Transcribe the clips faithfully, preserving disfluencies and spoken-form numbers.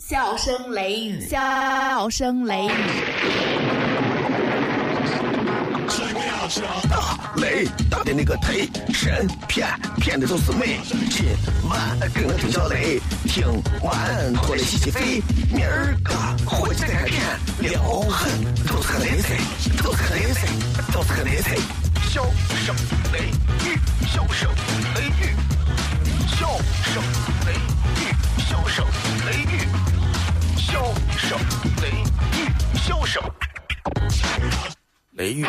笑声雷雨，笑声雷雨。 大雷大的那个忒神骗骗的都是美，今晚跟我听小雷，听完过来洗洗肺，明儿个回去再看片，撩狠都是个雷菜，都是个雷菜，都是个雷菜。笑声雷雨，笑声雷雨，笑声雷雨，笑声雷雨，笑声雷雨，笑声雷雨。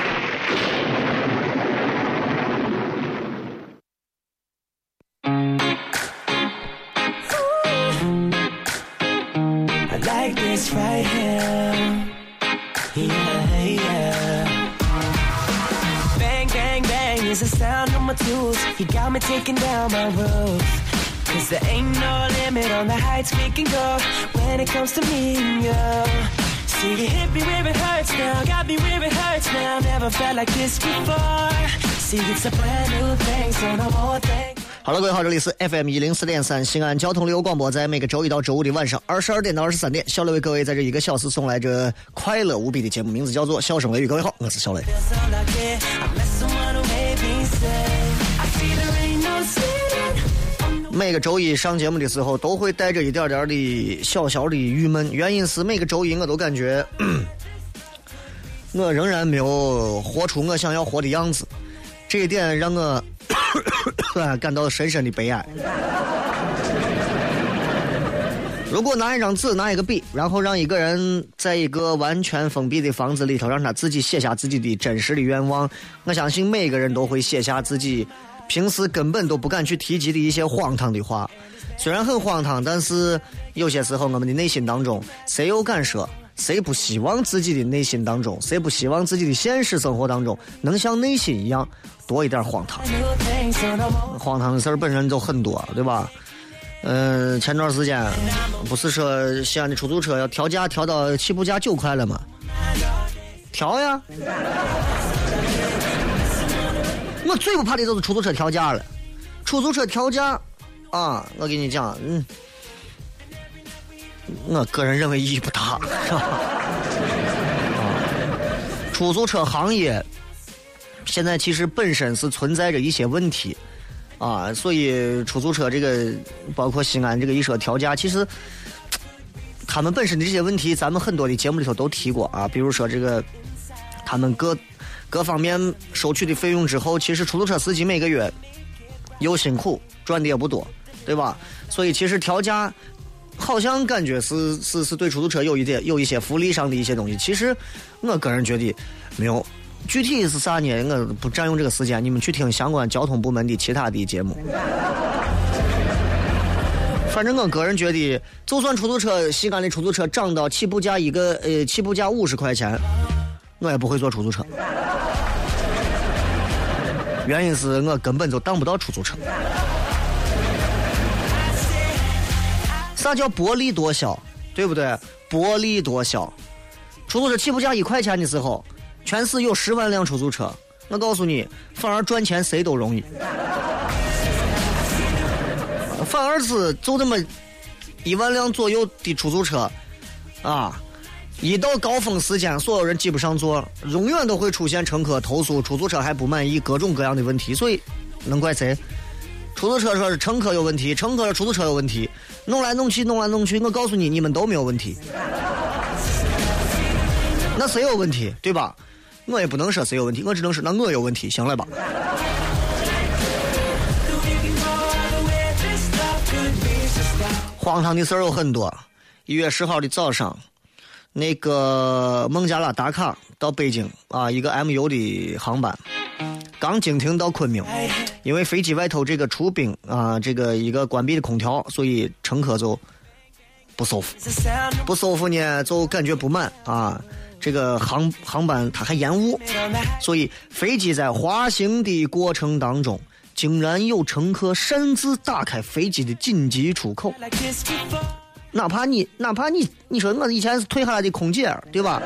Like this right here, yeah, yeah. Bang, bang, bang is the sound of my tools. You got me taking down my roof. Cause there ain't no limit on the heights we can go when it comes to me and you. See you hit me where it hurts now, got me where it hurts now. Never felt like this before. See it's a brand new thing, so no more thing. 好了，各位好，这里是 F M 一零四点三西安交通旅游广播，在每个周一到周五的晚上二十二点到二十三点，小雷为各位在这一个小时送来这快乐无比的节目，名字叫做笑声雷雨。各位好，我是小雷。每个周一上节目的时候，都会带着一点点的小小的郁闷，原因是每个周一我都感觉，我仍然没有活出我想要活的样子，这一点让我。感到深深的悲哀。如果拿一张纸拿一个笔，然后让一个人在一个完全封闭的房子里头，让他自己写下自己的真实的愿望，我相信每个人都会写下自己平时根本都不敢去提及的一些荒唐的话。虽然很荒唐，但是有些时候我们的内心当中，谁又敢说谁不希望自己的内心当中，谁不希望自己的现实生活当中能像内心一样多一点荒唐。荒唐的事儿本身就很多，对吧？嗯、呃，前段时间不是说西安的出租车要调价调到起步价九块了吗？调呀！我最不怕的就是出租车调价了。出租车调价啊，我跟你讲，嗯，我个人认为意义不大，是吧？啊，出租车行业现在其实本身是存在着一些问题啊，所以出租车这个包括西安这个一说调价，其实他们本身的这些问题，咱们很多的节目里头都提过啊，比如说这个他们各各方面收取的费用之后，其实出租车司机每个月又辛苦，赚的也不多，对吧？所以其实调价好像感觉是是是对出租车有一点有一些福利上的一些东西，其实我个人觉得没有。具体是啥呢？我不占用这个时间，你们去听相关交通部门的其他的节目。反正我个人觉得，就算出租车西安的出租车涨到起步价一个呃起步价五十块钱，我也不会坐出租车。原因是我根本就当不到出租车。啥叫薄利多销？对不对？薄利多销。出租车起步价一块钱的时候。全市有十万辆出租车，我告诉你，反而赚钱谁都容易。反而是就这么一万辆左右的出租车，啊，一到高峰时间，所有人挤不上座，永远都会出现乘客投诉出租车还不满意，各种各样的问题。所以能怪谁？出租车说是乘客有问题，乘客说出租车有问题，弄来弄去，弄来弄去，我告诉你，你们都没有问题。那谁有问题，对吧？我也不能说谁有问题，我只能说那我有问题，行了吧？荒唐的事儿有很多。一月十号的早上，那个孟加拉达卡到北京啊，一个 M U 的航班，刚经停到昆明，因为飞机外头这个除冰啊，这个一个关闭的空调，所以乘客就不舒服，不舒服呢就感觉不满啊。这个航航班它还延误，所以飞机在滑行的过程当中，竟然有乘客擅自打开飞机的紧急出口。哪怕你哪怕你你说我以前是退下来的空姐，对吧？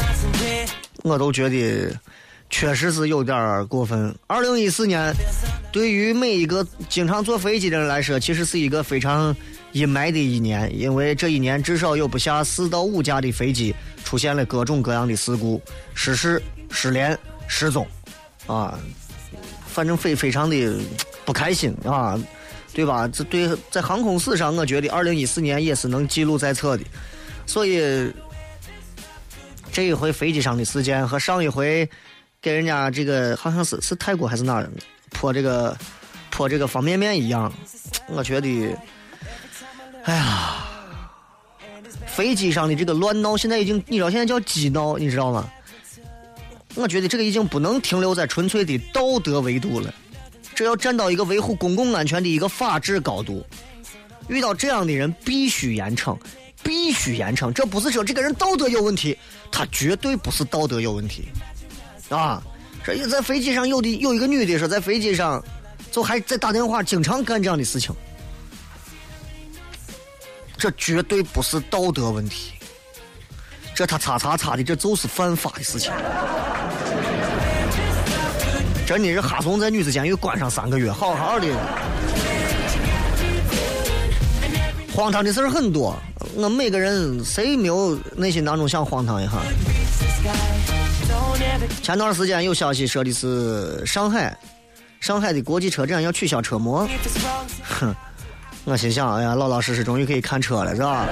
我都觉得确实是有点过分。二零一四年对于每一个经常坐飞机的人来说，其实是一个非常阴霾的一年，因为这一年至少有不下四到五架的飞机出现了各种各样的事故、失事、失联、失踪，啊，反正非非常的不开心啊，对吧？这对在航空史上，我觉得二零一四年也是能记录在册的，所以这一回飞机上的事件和上一回给人家这个好像是是泰国还是哪儿泼这个泼这个方便面一样，我觉得，哎呀，飞机上的这个乱闹现在已经，你知道现在叫激闹，你知道吗？我觉得这个已经不能停留在纯粹的道德维度了，这要站到一个维护公共安全的一个法治高度。遇到这样的人必须严惩，必须严惩。这不是说这个人道德有问题，他绝对不是道德有问题啊！这在飞机上有的有一个女的说，在飞机上就还在打电话，经常干这样的事情，这绝对不是道德问题，这他擦擦擦的，这就是犯法的事情。真的是哈怂在女子监狱关上三个月，好好的。荒唐的事儿很多，我每个人谁没有内心当中想荒唐一下？前段时间有消息说的是上海，上海的国际车站要取消车模。哼，我心想，哎呀，老老实实终于可以看车了，是吧？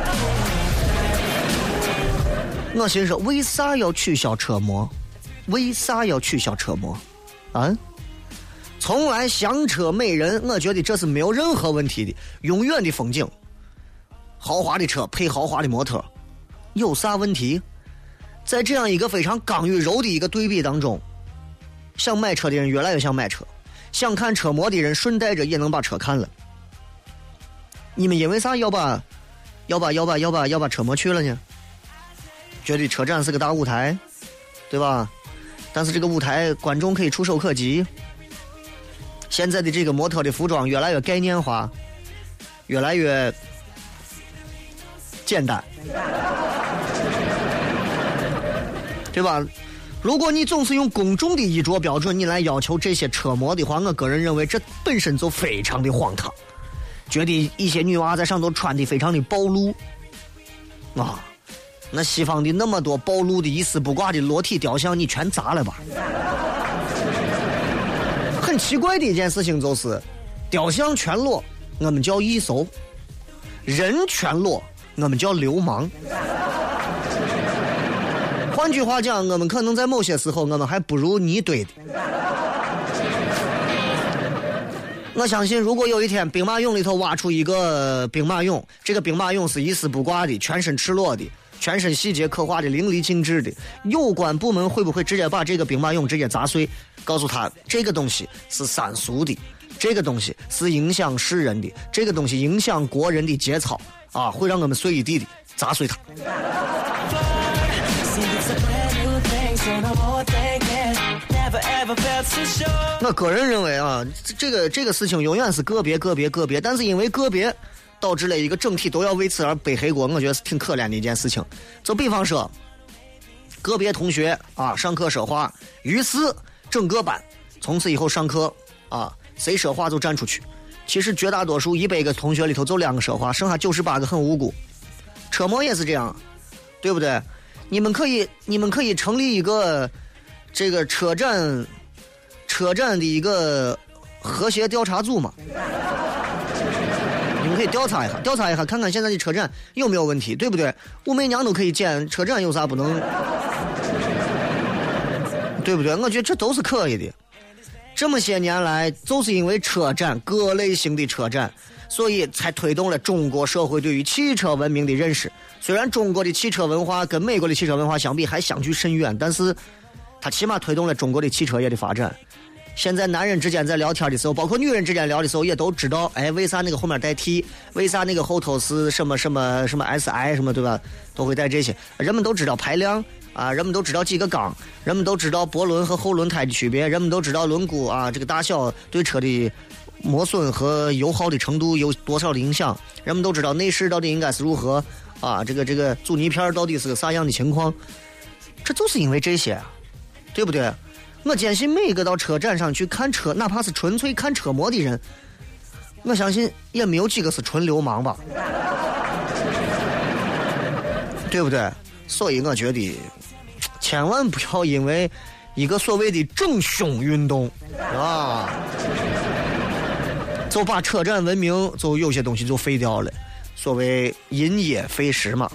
我心说，为啥要取消车模？为啥要取消车模？啊？从来香车美人，我觉得这是没有任何问题的，永远的风景。豪华的车配豪华的模特，有啥问题？在这样一个非常刚与柔的一个对比当中，想买车的人越来越想买车，想看车模的人顺带着也能把车看了。你们因为啥要把要把要把要把要把车模去了呢？觉得车站是个大舞台，对吧？但是这个舞台观众可以触手可及。现在的这个模特的服装越来越概念化，越来越简单，对吧？如果你总是用公众的衣着标准你来要求这些车模的话，我个人认为这本身就非常的荒唐，觉得一些女娃在上头穿的非常的暴露啊，那西方的那么多暴露的一丝不挂的裸体雕像你全砸了吧。很奇怪的一件事情就是，雕像全裸我们叫异搜，人全裸我们叫流氓。换句话讲，我们可能在某些时候我们还不如泥堆的。我相信如果有一天兵马俑里头挖出一个兵马俑，这个兵马俑是一丝不挂的，全身赤裸的，全身细节刻画的淋漓尽致的，有关部门会不会直接把这个兵马俑直接砸碎，告诉他这个东西是三俗的，这个东西是影响世人的，这个东西影响国人的节操啊，会让我们碎一地的，砸碎它。我个人认为啊，这个这个事情永远是个别个别个别，但是因为个别导致了一个整体都要为此而背黑锅，我觉得是挺可怜的一件事情。就比方说，个别同学啊上课说话，于是整个班从此以后上课啊，谁说话就站出去。其实绝大多数一百个同学里头就两个说话，剩下九十八个很无辜。车模也是这样，对不对？你们可以你们可以成立一个这个车站车站的一个和谐调查组嘛？你们可以调查一下，调查一下，看看现在的车站有没有问题，对不对？武媚娘都可以建，车站有啥不能？对不对？我觉得这都是可以的。这么些年来，就是因为车站各类型的车站，所以才推动了中国社会对于汽车文明的认识。虽然中国的汽车文化跟美国的汽车文化相比还相距甚远，但是它起码推动了中国的汽车业的发展。现在男人之间在聊天的时候，包括女人之间聊的时候，也都知道，哎，为啥那个后面带 T， 为啥那个后头是什么什么什么 S I 什么，对吧？都会带这些，人们都知道排量啊，人们都知道几个缸，人们都知道波轮和后轮胎的区别，人们都知道轮毂啊这个大小对车的磨损和油耗的程度有多少的影响，人们都知道内饰到底应该是如何啊，这个这个阻尼片到底是个啥样的情况，这就是因为这些，对不对？ 我坚信每一个到车展上去看车，哪怕是纯粹看车模的人，我相信也没有几个是纯流氓吧，对不对？所以我觉得千万不要因为一个所谓的正胸运动啊，就把车展文明就有些东西就废掉了，所谓因噎废食嘛。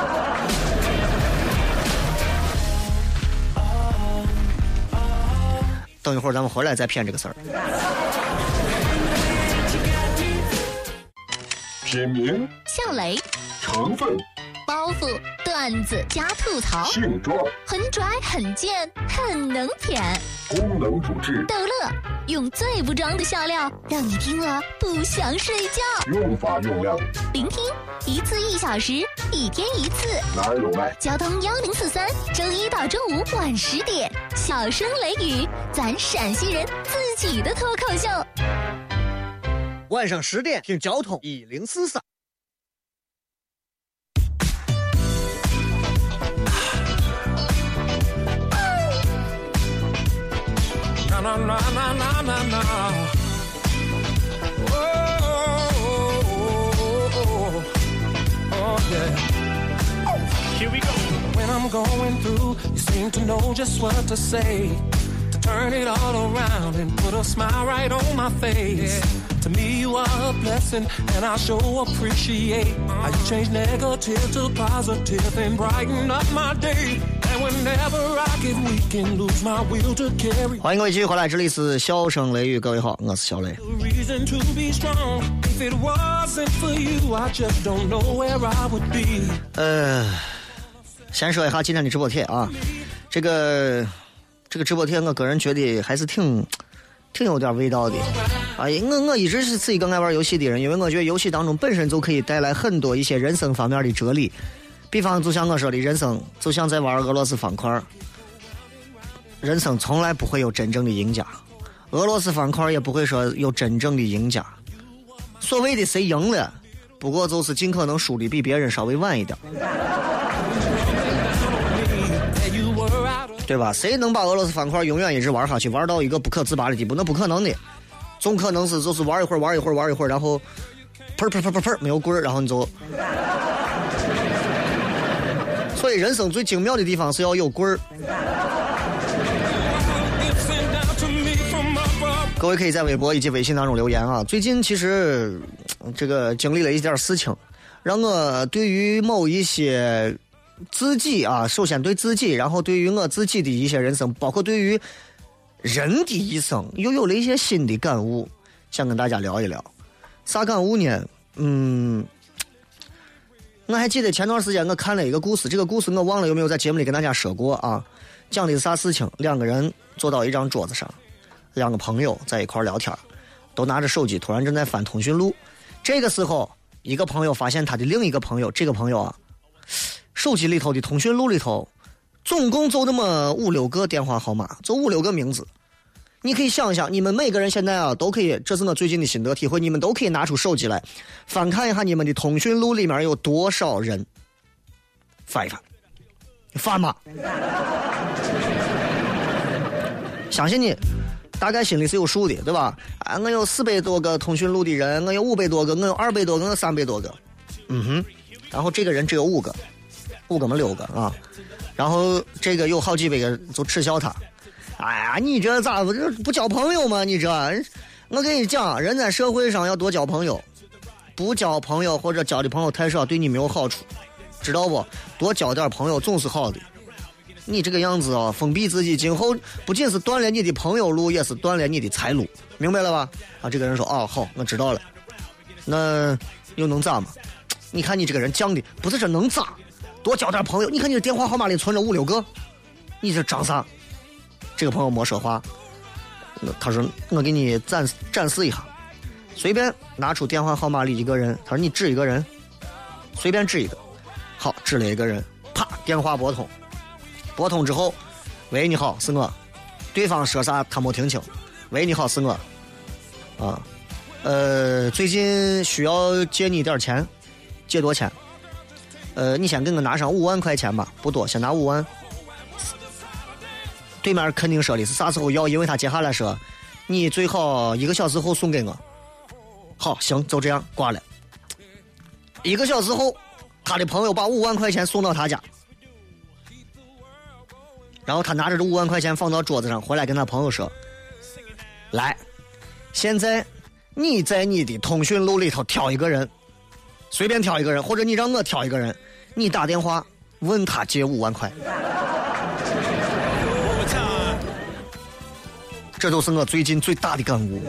等一会儿咱们回来再骗这个事儿。 品名像雷， 成分包袱、段子加吐槽， 性状很拽很贱很能舔， 功能主治逗乐，用最不装的笑料让你听了不想睡觉。 用法用量聆听一次一小时，一天一次。 哪儿有卖？ 交通幺零四三，周一到周五晚十点，小声雷雨，咱陕西人自己的脱口秀。 晚上十点听交通一零四三。 Na na na na na na na. Oh, oh, oh, oh, yeah. Oh, here we go. When I'm going through, you seem to know just what to say. To turn it all around and put a smile right on my face. Yeah. To me, you are a blessing, and I sure appreciate how you change negative to positive and brighten up my day. And whenever I get weak and lose my will to carry. 欢迎各位继续回来，这里是笑声雷雨，各位好，我是小雷。 Reason to be strong. If it wasn't for you, I just don't know where I would be. 呃，先说一下今天的直播贴啊，这个这个直播贴，我个人觉得还是挺挺有点味道的。哎，我我一直是是一个爱玩游戏的人，因为我觉得游戏当中本身就可以带来很多一些人生方面的哲理。比方就像我说的，人生就像在玩俄罗斯方块，人生从来不会有真正的赢家，俄罗斯方块也不会说有真正的赢家。所谓的谁赢了，不过就是尽可能输的比别人稍微晚一点，对吧？谁能把俄罗斯方块永远一直玩下去，玩到一个不可自拔的地步？那不可能的，总可能是就是玩一会儿玩一会儿玩一会儿，然后砰砰砰砰砰没有棍儿，然后你就。所以人生最精妙的地方是要有棍儿。各位可以在微博以及微信当中留言啊。最近其实这个经历了一件事情，让我对于某一些自己啊，首先对自己，然后对于我自己的一些人生，包括对于人的一生，又有了一些新的感悟，想跟大家聊一聊。啥感悟呢？嗯。我还记得前段时间我看了一个故事，这个故事我忘了有没有在节目里跟大家说过啊？讲的是啥事情？两个人坐到一张桌子上，两个朋友在一块聊天，都拿着手机，突然正在翻通讯录。这个时候，一个朋友发现他的另一个朋友，这个朋友啊，手机里头的通讯录里头，总共就那么五六个电话号码，就五六个名字。你可以想一想，你们每个人现在啊都可以，这是我最近的心得体会，你们都可以拿出手机来翻看一下你们的通讯录里面有多少人，翻一翻，翻吗？相信你大概心里是有数的，对吧？啊，我有四百多个通讯录的人，我有五百多个，我有二百多个，我有三百多个，嗯哼，然后这个人只有五个，五个嘛六个啊，然后这个有好几百个就耻笑他。哎呀，你这咋不不交朋友吗？你这，我跟你讲，人在社会上要多交朋友，不交朋友或者交的朋友太少，对你没有好处，知道不？多交点朋友总是好的。你这个样子啊，封闭自己，今后不仅是锻炼你的朋友路，也是锻炼你的财路，明白了吧？啊，这个人说，哦，好，我知道了。那又能咋嘛？你看你这个人犟的，不是这能咋？多交点朋友，你看你的电话号码里存着五六个，你这长啥？这个朋友没说话，他说我给你展展示一下，随便拿出电话号码里一个人，他说你指一个人，随便指一个，好，指了一个人，啪，电话拨通，拨通之后，喂，你好，是我，对方说啥他没听清，喂，你好，是我，啊，呃，最近需要借你点钱，借多钱？呃，你先给我拿上五万块钱吧，不多，先拿五万。 对面肯定说的是啥时候要，因为他接下来说你最好一个小时后送给我。好，行，就这样挂了。一个小时后，他的朋友把五万块钱送到他家，然后他拿着这五万块钱放到桌子上，回来跟他朋友说：“来，现在你在你的通讯录里头挑一个人，随便挑一个人，或者你让我挑一个人，你打电话问他借五万块。”这都是我最近最大的感悟。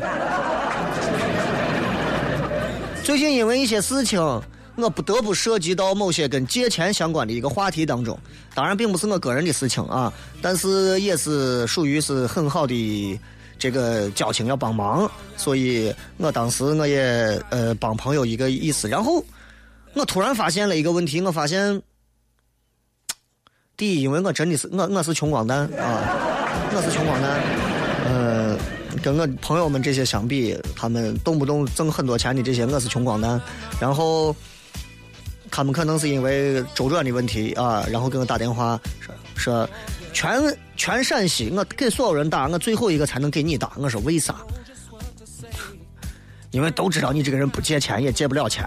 最近因为一些事情，我不得不涉及到某些跟借钱相关的一个话题当中，当然并不是我个人的事情啊，但是也是属于是很好的这个交情要帮忙，所以我当时我也呃帮朋友一个意思。然后我突然发现了一个问题，我发现第一，因为我真的是我我是穷光蛋啊，我是穷光蛋，呃，跟我朋友们这些相比，他们动不动挣很多钱的这些，我是穷光蛋。然后他们可能是因为周转的问题啊，然后给我打电话说说全全陕西，我给所有人打，我最后一个才能给你打。我说为啥？因为都知道你这个人不借钱也借不了钱。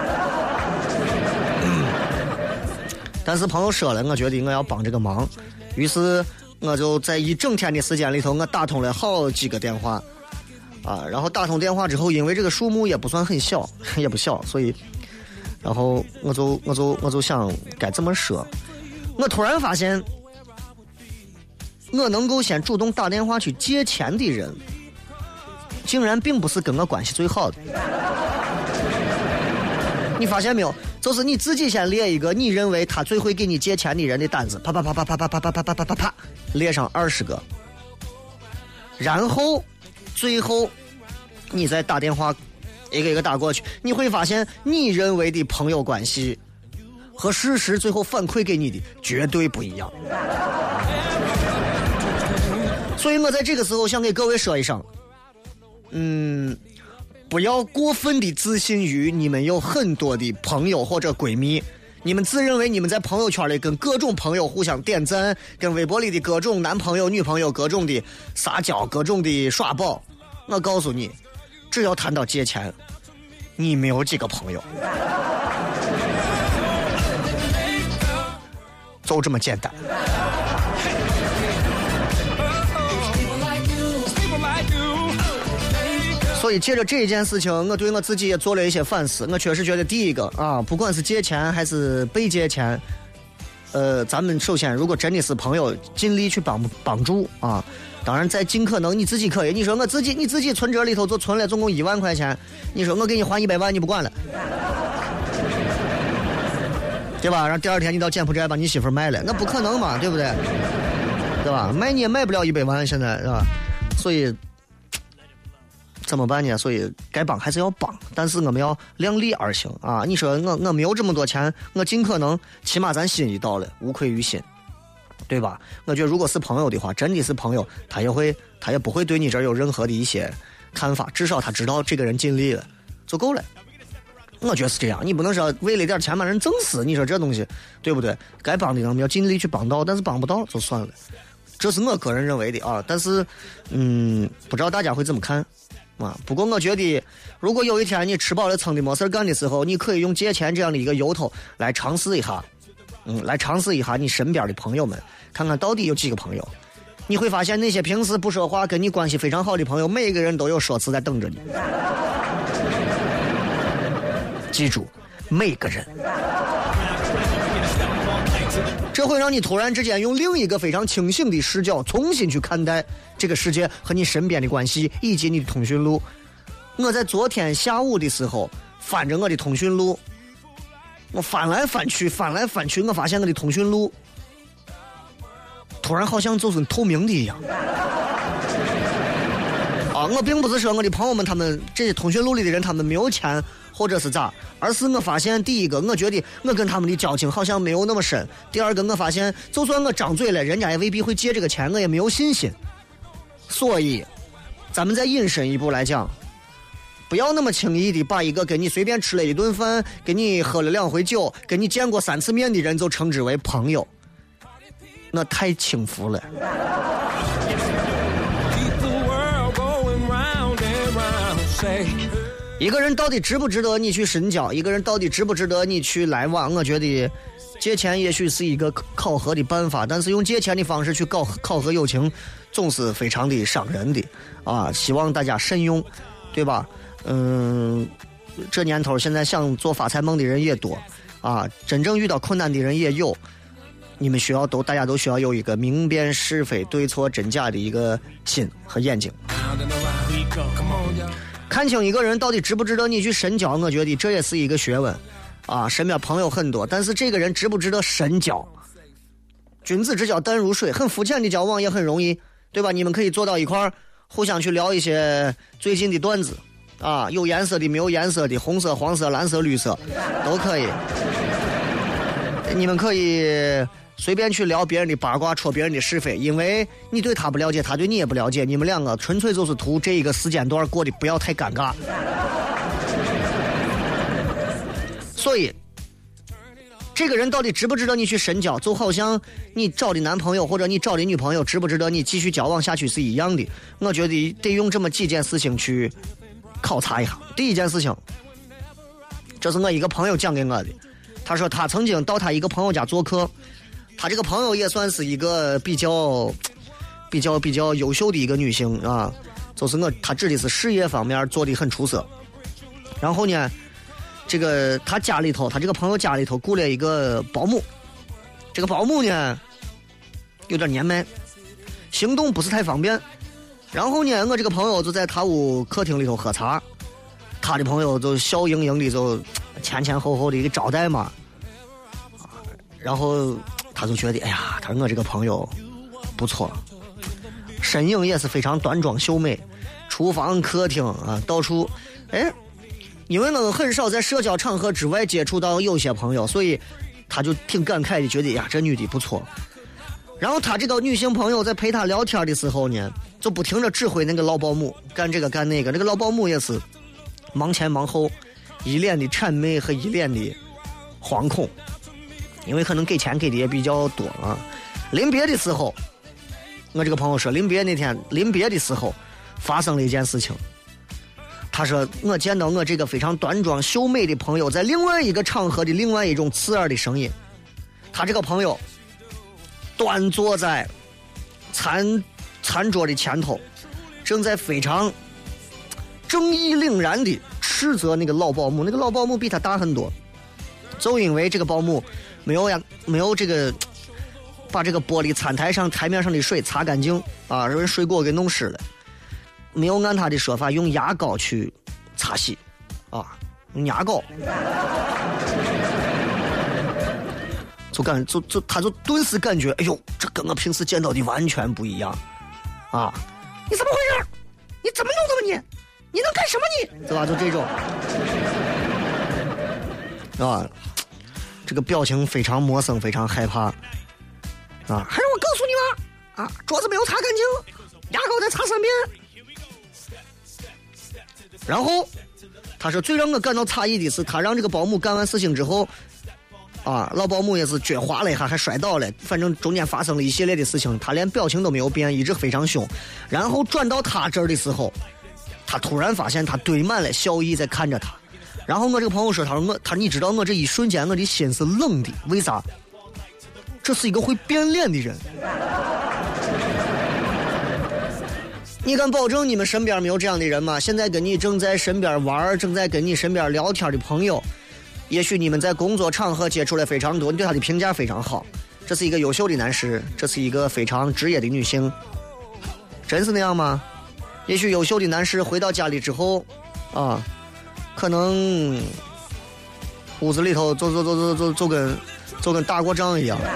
但是朋友说了，我觉得我要帮这个忙，于是我就在一整天的时间里头，我打通了好几个电话啊，然后打通电话之后，因为这个数目也不算很小，也不小，所以然后我就我就我就想该怎么说。我突然发现，我能够先主动打电话去借钱的人，竟然并不是跟我关系最好的。你发现没有？就是你自己先列一个你认为他最会给你借钱的人的单子，啪啪啪啪啪啪啪啪啪啪啪啪啪，列上二十个，然后最后你再打电话一个一个打过去，你会发现你认为的朋友关系和事实最后反馈给你的绝对不一样。所以我在这个时候想给各位说一声，嗯，不要过分的自信于你们有很多的朋友或者闺蜜，你们自认为你们在朋友圈里跟各种朋友互相点赞，跟微博里的各种男朋友女朋友各种的撒娇，各种的耍宝。我告诉你，只要谈到借钱，你没有几个朋友，就这么简单。所以借着这一件事情，我对我自己也做了一些反思。我确实觉得第一个啊，不管是借钱还是被借钱，呃，咱们首先如果真的是朋友，尽力去帮帮助啊。当然在尽可能你自己可以，你说我自己你自己存折里头就存了总共一万块钱，你说我给你还一百万你不管了，对吧？然后第二天你到柬埔寨把你媳妇卖了，那不可能嘛，对不对？对吧？卖你也卖不了一百万，现在是吧？所以怎么办呢？所以该帮还是要帮，但是我们要量力而行啊！你说我我没有这么多钱，我尽可能起码咱心意到了，无愧于心，对吧？我觉得如果是朋友的话，真的是朋友，他也会他也不会对你这儿有任何的一些看法，至少他知道这个人尽力了就够了。我觉得是这样，你不能说为了点钱把人整死，你说这东西对不对？该帮的人我们要尽力去帮到，但是帮不到就算了，这是我个人认为的啊。但是嗯，不知道大家会怎么看啊？不过我觉得，如果有一天你吃饱了撑的没事干的时候，你可以用借钱这样的一个由头来尝试一下，嗯，来尝试一下你身边的朋友们，看看到底有几个朋友。你会发现那些平时不说话跟你关系非常好的朋友，每个人都有说辞在等着你。记住，每个人。这会让你突然之间用另一个非常清醒的视角重新去看待这个世界和你身边的关系以及你的通讯录。我在昨天下午的时候翻着我的通讯录，我翻来翻去翻来翻去，我发现我的通讯录突然好像就是透明的一样啊！我并不是说我的朋友们他们这些通讯录里的人他们没有钱或者是咋，而是我发现第一个，我觉得我跟他们的交情好像没有那么深；第二个，我发现就算我张嘴了，人家也未必会借这个钱，我也没有信心。所以，咱们再引申一步来讲，不要那么轻易的把一个跟你随便吃了一顿饭、跟你喝了两回酒、跟你见过三次面的人就称之为朋友，那太轻浮了。 say. 一个人到底值不值得你去深交？一个人到底值不值得你去来往？我觉得借钱也许是一个考核的办法，但是用借钱的方式去考考核友情，总是非常的伤人的啊！希望大家慎用，对吧？嗯，这年头现在想做发财梦的人也多啊，真正遇到困难的人也有。你们需要都大家都需要有一个明辨是非对错真假的一个心和眼睛。看清一个人到底值不值得你去深交，我觉得这也是一个学问啊。身边朋友很多，但是这个人值不值得深交？君子之交淡如水，很肤浅的交往也很容易，对吧？你们可以坐到一块儿，互相去聊一些最近的段子啊，有颜色的没有颜色的，红色黄色蓝色绿色都可以。你们可以随便去聊别人的八卦，戳别人的是非，因为你对他不了解，他对你也不了解，你们两个纯粹就是图这一个时间段过得不要太尴尬。所以这个人到底值不值得你去深交，就好像你找的男朋友或者你找的女朋友值不值得你继续交往下去是一样的。我觉得得用这么几件事情去考察一下。第一件事情，这是我一个朋友讲给我的，他说他曾经到他一个朋友家做客，他这个朋友也算是一个比较比较比较优秀的一个女性啊，就是我他指的是事业方面做得很出色。然后呢，这个他家里头，他这个朋友家里头雇了一个保姆，这个保姆呢有点年迈，行动不是太方便。然后呢，我这个朋友就在他屋客厅里头喝茶，他的朋友就笑盈盈的就前前后后的一个招待嘛，然后他就觉得，哎呀，他说我这个朋友不错，身影也是非常端庄秀美，厨房客厅啊到处，哎，因为我很少在社交场合之外接触到有些朋友，所以他就挺感慨的，觉得呀这女的不错。然后他这个女性朋友在陪他聊天的时候呢，就不停地指挥那个老保姆干这个干那个，那个老保姆也是忙前忙后，一脸的谄媚和一脸的惶恐，因为可能给钱给的也比较多啊。临别的时候，我这个朋友说，临别那天临别的时候发生了一件事情。他说我见到我这个非常端庄秀美的朋友在另外一个场合的另外一种刺耳的声音，他这个朋友端坐在餐餐桌的前头，正在非常正义凛然地斥责那个老保姆，那个老保姆比他大很多，就因为这个保姆没有呀没有这个把这个玻璃餐台上台面上的水擦干净啊，人水果给弄湿了，没有按他的说法用牙膏去擦洗啊，用牙膏就感就就他就顿时感觉，哎呦，这跟我平时见到的完全不一样啊！你怎么回事？你怎么弄的你？你能干什么你？对吧？就这种啊，这个表情非常陌生，非常害怕啊！还让我告诉你吗？啊，桌子没有擦干净，牙膏再擦三遍。然后他说，最让我感到诧异的是，他让这个保姆干完事情之后。啊，老保姆也是脚滑了一下，还摔倒了，反正中间发生了一系列的事情，他连表情都没有变，一直非常凶。然后转到他这儿的时候，他突然发现他堆满了笑意在看着他。然后我这个朋友说，他说我，他你知道我这一瞬间我的心是冷的，为啥？这是一个会变脸的人。你敢保证你们身边没有这样的人吗？现在跟你正在身边玩，正在跟你身边聊天的朋友。也许你们在工作场合接触了非常多，你对他的评价非常好，这是一个优秀的男士，这是一个非常职业的女性，真是那样吗？也许优秀的男士回到家里之后啊，可能屋子里头就就就就就就跟就跟打过仗一样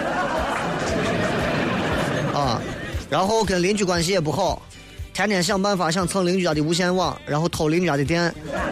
啊，然后跟邻居关系也不好，天天想办法想蹭邻居家的无线网，然后偷邻居家的电。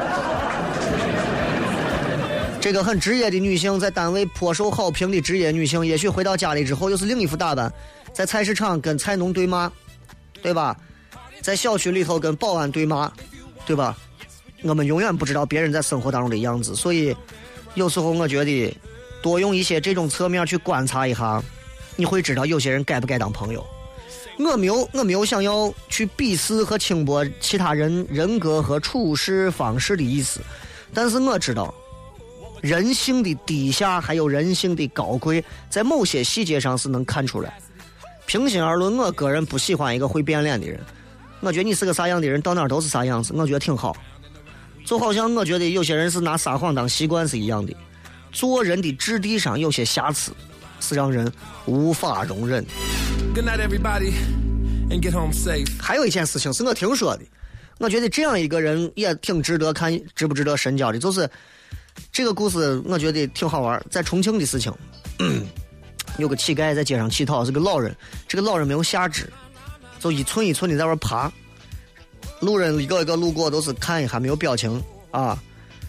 这个很职业的女性，在单位颇受好评的职业女性，也许回到家里之后又是另一副打扮，在菜市场跟菜农对骂，对吧？在小区里头跟保安对骂，对吧？我们永远不知道别人在生活当中的样子，所以有时候我觉得多用一些这种侧面去观察一下，你会知道有些人该不该当朋友。 我没有我没有想要去鄙视和轻薄其他人人格和处事方式的意思，但是我知道人性的低下还有人性的高贵在某些细节上是能看出来。平心而论，我个人不喜欢一个会变脸的人，我觉得你是个啥样的人到哪儿都是啥样子，我觉得挺好。就好像我觉得有些人是拿撒谎当习惯是一样的，做人的质地上有些瑕疵是让人无法容忍。 Good night, everybody, and get home safe. 还有一件事情是我听说的，我觉得这样一个人也挺值得看，值不值得深交的，就是这个故事我觉得挺好玩。在重庆的事情，有个乞丐在街上乞讨，是个老人，这个老人没有下肢，就一寸一寸的在那爬，路人一个一个路过都是看一下没有表情啊。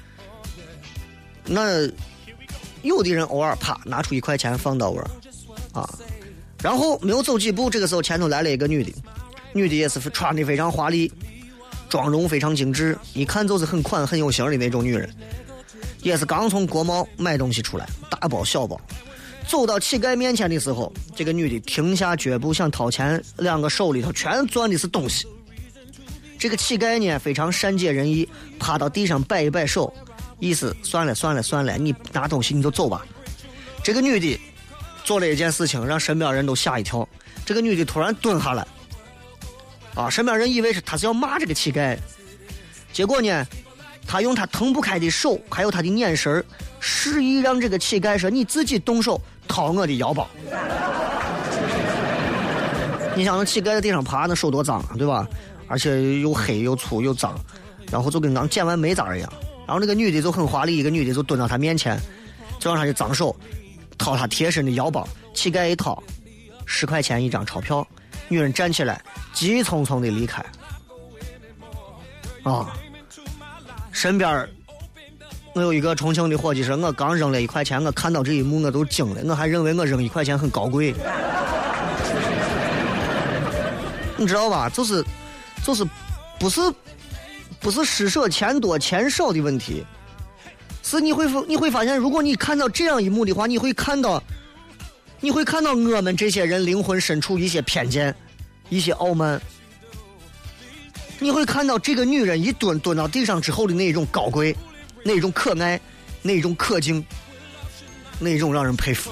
那有的人偶尔啪拿出一块钱放到位啊，然后没有走几步，这个时候前头来了一个女的，女的也是穿的非常华丽，妆容非常精致，一看就是很款很有型的那种女人，也是刚从国贸买东西出来，大包小包，走到乞丐面前的时候，这个女的停下脚步想掏钱，两个手里头全攥的是东西。这个乞丐呢非常善解人意，趴到地上摆一摆手，意思算了算了算了，你拿东西你就走吧。这个女的做了一件事情让身边人都吓一跳，这个女的突然蹲下来啊，身边人以为是她是要骂这个乞丐，结果呢她用她腾不开的手还有她的眼神示意让这个乞丐说你自己动手掏我的腰包。你想那乞丐在地上爬，那手多脏啊，对吧？而且又黑又粗又脏，然后就跟刚剪完煤渣一样。然后那个女的就很华丽，一个女的就蹲到他面前，就让他的脏手掏他贴身的腰包。乞丐一掏，十块钱一张钞票。女人站起来，急匆匆的离开。啊，身边我有一个重庆的伙计说，我刚扔了一块钱，我看到这一幕我都惊了，我还认为我扔一块钱很高贵。你知道吧？就是就是不是不是施舍钱多钱少的问题，是你会你会发现，如果你看到这样一幕的话，你会看到你会看到我们这些人灵魂深处一些偏见，一些傲慢。你会看到这个女人一蹲蹲到地上之后的那种高贵，那种可爱，那种可敬，那种让人佩服。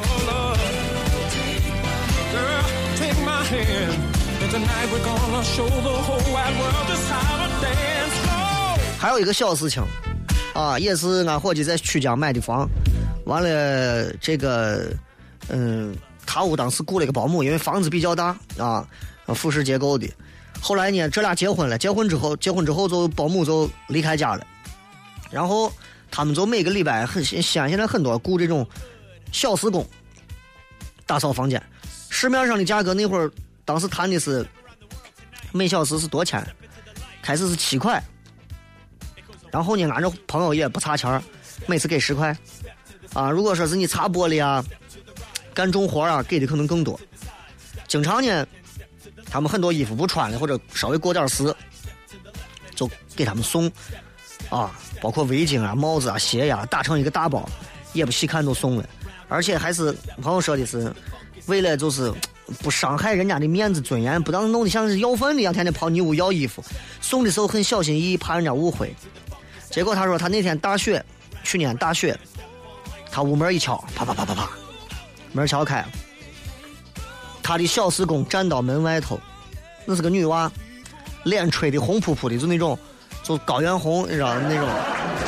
还有一个小事情啊，也是俺伙计在曲江买的房，完了这个嗯，他屋当时雇了一个保姆，因为房子比较大啊，复式结构的。后来呢，这俩结婚了，结婚之后，结婚之后就保姆就离开家了，然后他们就每个礼拜很西安现在很多雇这种小时工打扫房间，市面上的价格那会儿当时谈的是每小时是多钱，开始是七块，然后呢，俺这朋友也不差钱，每次给十块啊。如果说是你擦玻璃啊、干重活啊，给的可能更多。经常呢，他们很多衣服不穿了，或者稍微过点时，就给他们送啊，包括围巾啊、帽子啊、鞋呀、啊，打成一个大包，也不细看都送了。而且还是朋友说的是，为了就是不伤害人家的面子尊严，不当弄得像是要饭的一样，天天跑你屋要衣服，送的时候很小心翼翼，怕人家误会。结果他说他那天大雪，去年大雪，他屋门一敲，啪啪啪啪啪，门敲开，他的小时工站到门外头，那是个女娃，脸吹的红扑扑的，就那种就高原红，你知道那种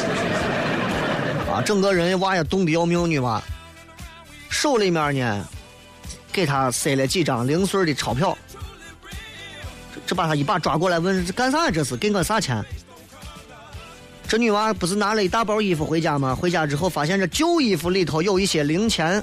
啊，整个人娃也冻得要命，女娃手里面呢给他塞了几张零碎的钞票，这这把他一把抓过来问这干啥，这是给我啥钱？这女娃不是拿了一大包衣服回家吗？回家之后发现这旧衣服里头有一些零钱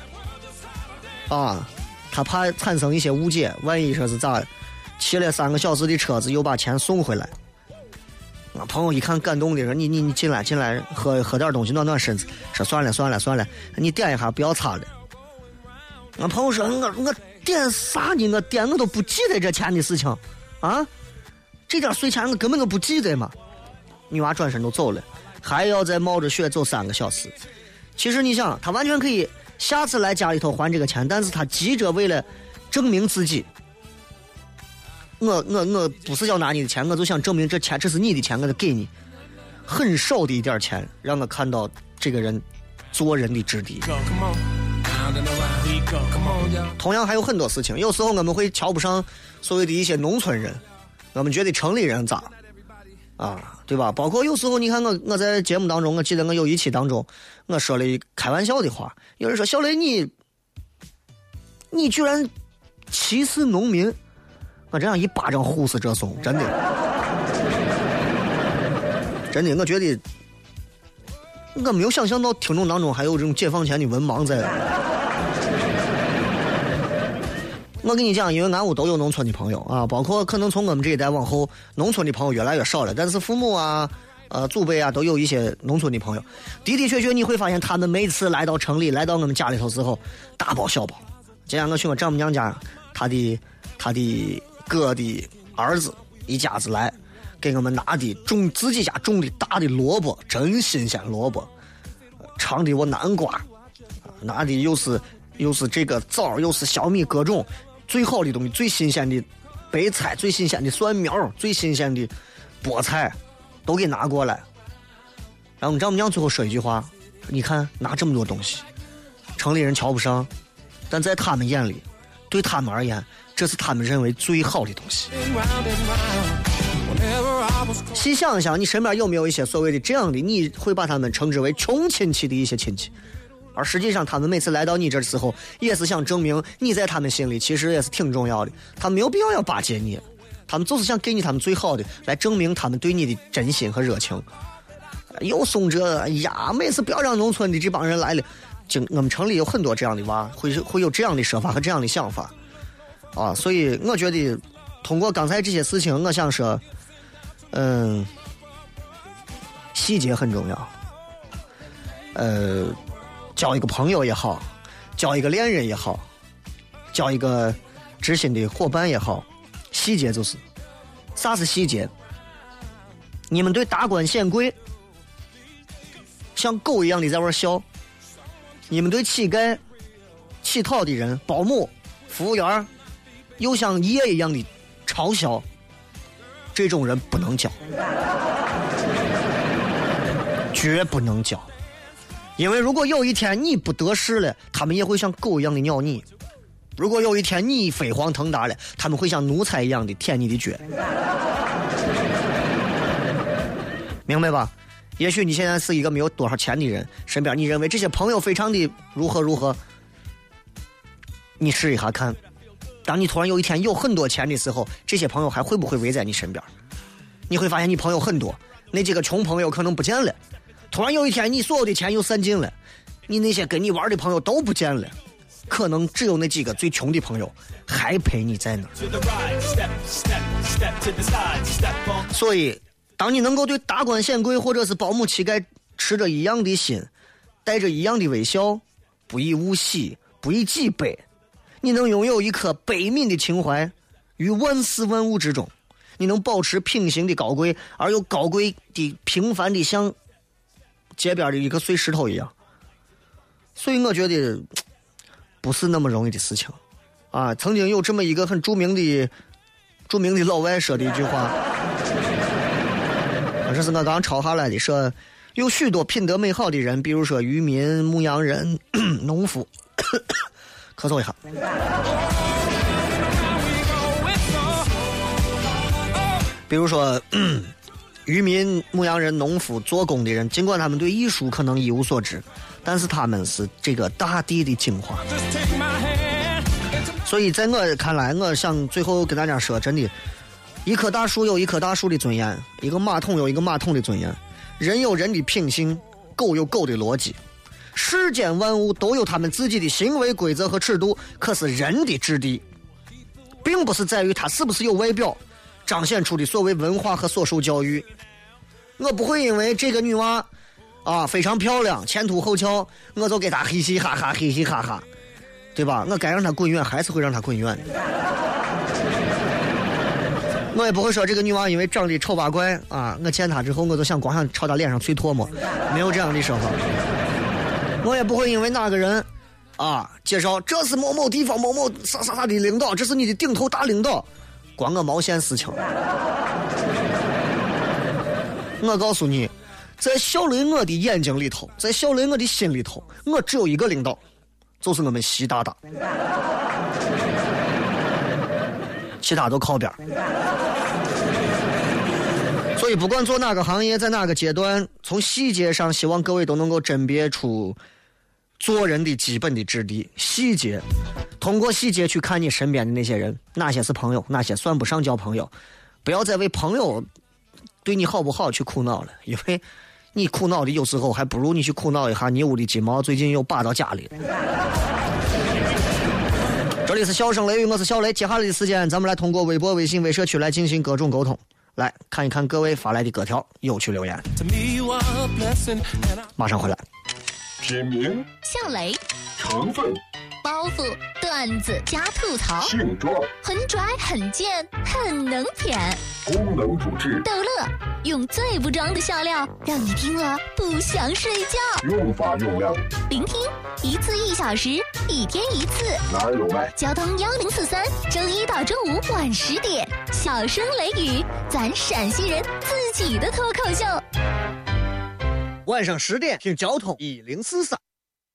啊，他怕产生一些误解，万一说是咋骑了三个小时的车子又把钱送回来。啊，朋友一看感动的说：“你你你进来进来，喝喝点东西暖暖身子。”说算了算了算了，你点一下不要擦了。俺朋友说：“我我点啥呢？我点我都不记得这钱的事情啊，这点碎钱我根本都不记得嘛。”女娃转身都走了，还要再冒着雪走三个小时。其实你想，他完全可以下次来家里头还这个钱，但是他急着为了证明自己， 我我我不是要拿你的钱，我就想证明这钱这是你的钱，我就给你很少的一点钱，让我看到这个人做人的质地。同样还有很多事情，有时候我们会瞧不上所谓的一些农村人，我们觉得城里人咋啊，对吧？包括有时候你看我我在节目当中，我记得我有一期当中我说了一开玩笑的话，有人说小雷你你居然歧视农民，我这样一巴掌呼死这怂，真的真的，我觉得我没有想象到听众当中还有这种解放前的文盲在。我跟你讲，因为俺屋都有农村的朋友啊，包括可能从我们这一代往后，农村的朋友越来越少了，但是父母啊、呃祖辈啊都有一些农村的朋友。的的确确，你会发现他们每次来到城里，来到我们家里头之后，大包小包。今天我去我丈母娘家，他的他的哥的儿子一家子来，给我们拿的种自己家种的大的萝卜，真新鲜萝卜，长的我南瓜，拿的又是又是这个枣，又是小米，各种最好的东西，最新鲜的白菜，最新鲜的蒜苗，最新鲜的菠菜，都给拿过来。然后我们丈母娘最后说一句话：你看拿这么多东西，城里人瞧不上，但在他们眼里，对他们而言，这是他们认为最好的东西。细想一想，你身边有没有一些所谓的这样的，你会把他们称之为穷亲戚的一些亲戚，而实际上他们每次来到你这的时候，也是想证明你在他们心里其实也是挺重要的，他没有必要要巴结你，他们就是想给你他们最好的，来证明他们对你的真心和热情。又送这，哎呀，每次不要让农村的这帮人来了。就我们城里有很多这样的娃，会会有这样的说法和这样的想法啊，所以我觉得通过刚才这些事情，我想说，嗯，细节很重要。呃，交一个朋友也好，交一个恋人也好，交一个知心的伙伴也好，细节就是啥是细节？你们对达官显贵像狗一样的在玩笑，你们对乞丐乞讨的人，保姆服务员又像爷一样的嘲笑，这种人不能交，绝不能交。因为如果有一天你不得势了，他们也会像狗一样的咬你；如果有一天你飞黄腾达了，他们会像奴才一样的舔你的脚。明白吧？也许你现在是一个没有多少钱的人，身边你认为这些朋友非常的如何如何，你试一下看，当你突然有一天有很多钱的时候，这些朋友还会不会围在你身边？你会发现你朋友很多，那几个穷朋友可能不见了，突然有一天你所有的钱又散尽了，你那些跟你玩的朋友都不见了，可能只有那几个最穷的朋友还陪你在那儿。所以当你能够对达官显贵或者是保姆乞丐持着一样的心，带着一样的微笑，不以物喜，不以己悲，你能拥有一颗悲悯的情怀于万事万物之中，你能保持平行的高贵，而又高贵的平凡的像街边的一个碎石头一样。所以我觉得不是那么容易的事情啊！曾经有这么一个很著名的著名的老外说的一句话，这是我刚抄下来的，说有许多品德美好的人，比如说渔民、牧羊人、农夫，咳嗽一下。比如说渔民、牧羊人、农夫、做工的人，尽管他们对艺术可能一无所知，但是他们是这个大地的精华。所以在我看来，我想最后跟大家说，真的，一棵大树有一棵大树的尊严，一个马桶有一个马桶的尊严，人有人的品性，狗有狗的逻辑，世间万物都有他们自己的行为规则和尺度。可是人的质地并不是在于他是不是有外表彰显出的所谓文化和所受教育。我不会因为这个女娃啊非常漂亮，前凸后翘，我就给她嘻嘻哈哈嘻嘻哈哈，对吧？我该让她滚远还是会让她滚远。我也不会说这个女娃因为长得丑八怪啊，我见她之后我就想光想朝她脸上啐唾沫，没有这样的说法。我也不会因为哪个人啊介绍这是某某地方某某啥啥啥的领导，这是你的顶头大领导， 关个毛线事情。我告诉你，在小雷我的眼睛里头，在小雷我的心里头，我只有一个领导，就是我们习大大，其他都靠边。所以不管做哪个行业，在哪个阶段，从细节上希望各位都能够甄别出做人的基本的质地。细节，通过细节去看你身边的那些人，哪些是朋友，哪些算不上交朋友。不要再为朋友对你好不好去苦恼了，因为你苦恼的有时候还不如你去苦恼一下你屋的鸡毛最近又扒到家里了。这里是笑声雷雨，我是小雷。接下来的时间咱们来通过微博、微信、微社区来进行各种沟通，来看一看各位发来的各条有趣留言，马上回来。 品名笑雷， 成分包袱、段子加吐槽， 性状很拽很贱很能舔， 功能主治逗乐，用最不装的笑料让你听了不想睡觉。 用法用量聆听一次一小时，一天一次。 哪儿有卖？ 交通幺零四三，周一到周五晚十点，小声雷雨，咱陕西人自己的脱口秀。 晚上十点听交通一零四三。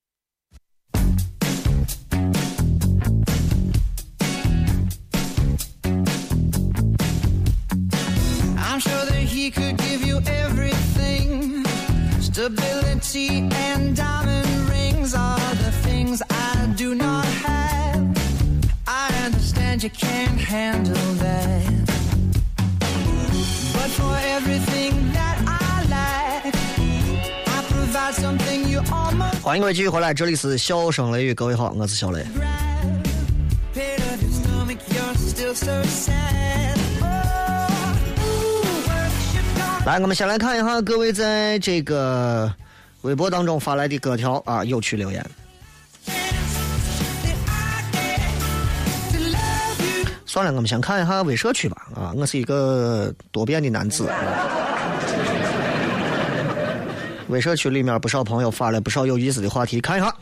I'm sure that he could give you everything. Stability and diamond rings are the things I do not have. I understand you can't handle that. But for everything that I lack, I provide something you almost 欢迎各位继续回来，这里是笑声雷雨，各位好，我是小雷。 Pit of your stomach, you're still so sad. 来，我们先来看一下各位在这个微博当中发来的各条啊有趣留言。算了，我们先看一下微社区吧。啊，我是一个多变的男子。微社区里面不少朋友发了不少有意思的话题，看一下。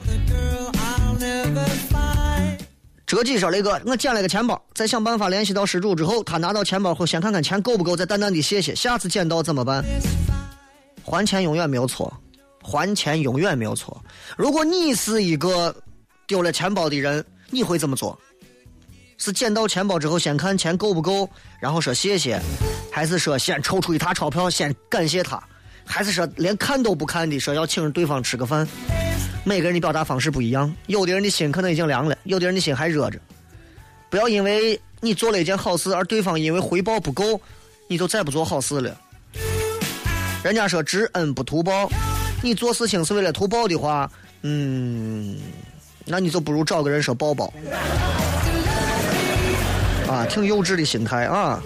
折戟说了一个，我捡了个钱包，在想办法联系到失主之后，他拿到钱包后先看看钱够不够，再淡淡的谢谢，下次捡到怎么办？还钱永远没有错，还钱永远没有错。如果你是一个丢了钱包的人，你会怎么做？是捡到钱包之后先看钱够不够，然后说谢谢，还是说先抽出一沓钞票先感谢他，还是说连看都不看的说要请对方吃个饭？每个人的表达方式不一样，有的人的心可能已经凉了，有的人的心还热着。不要因为你做了一件好事，而对方因为回报不够，你就再不做好事了。人家说知恩不图报，你做事情是为了图报的话，嗯，那你就不如找个人说抱抱。啊，挺幼稚的心态啊。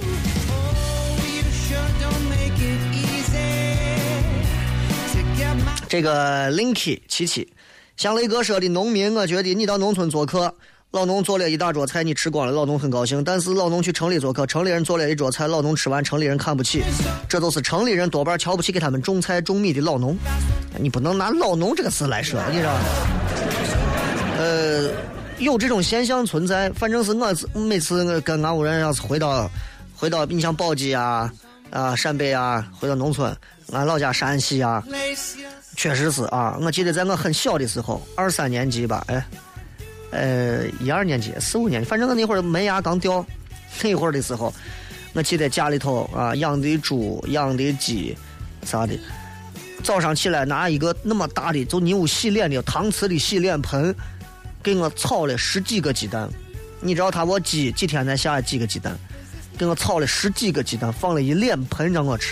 这个 Linky 七七，像雷哥说的农民，我觉得你到农村做客，老农做了一大桌菜，你吃光了，老农很高兴。但是老农去城里做客，城里人做了一桌菜，老农吃完，城里人看不起，这都是城里人多半瞧不起给他们种菜种米的老农。你不能拿老农这个词来说，你知道吗？呃，有这种现象存在，反正是我每次跟俺屋人要是回到回到你像宝鸡啊啊陕北啊，回到农村，俺老家山西啊。确实是啊，我记得在我很小的时候，二三年级吧，哎，呃，一二年级、四五年级，反正我那会儿门牙刚掉，那会儿的时候，我记得家里头啊养的猪、养的鸡，啥的，早上起来拿一个那么大的就你屋洗脸的搪瓷的洗脸盆，给我炒了十几个鸡蛋。你知道他我鸡几天才下几个鸡蛋，给我炒了十几个鸡蛋，放了一脸盆让我吃。